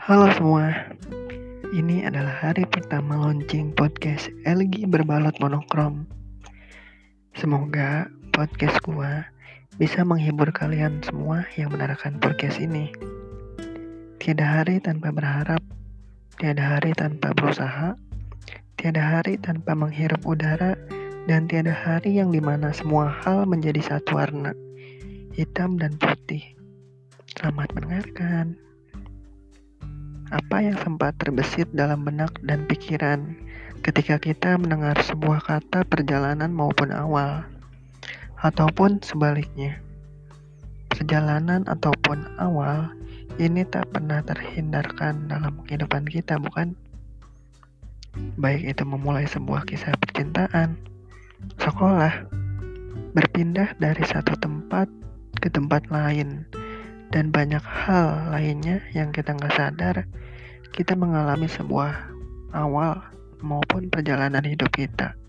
Halo semua, ini adalah hari pertama launching podcast LG Berbalot Monokrom. Semoga podcast gua bisa menghibur kalian semua yang mendengarkan podcast ini. Tiada hari tanpa berharap, tiada hari tanpa berusaha, tiada hari tanpa menghirup udara, dan tiada hari yang dimana semua hal menjadi satu warna, hitam dan putih. Selamat mendengarkan. Apa yang sempat terbesit dalam benak dan pikiran ketika kita mendengar sebuah kata perjalanan maupun awal, ataupun sebaliknya. Perjalanan ataupun awal ini tak pernah terhindarkan dalam kehidupan kita, bukan? Baik itu memulai sebuah kisah percintaan, sekolah, berpindah dari satu tempat ke tempat lain, dan banyak hal lainnya yang kita nggak sadar kita mengalami sebuah awal maupun perjalanan hidup kita.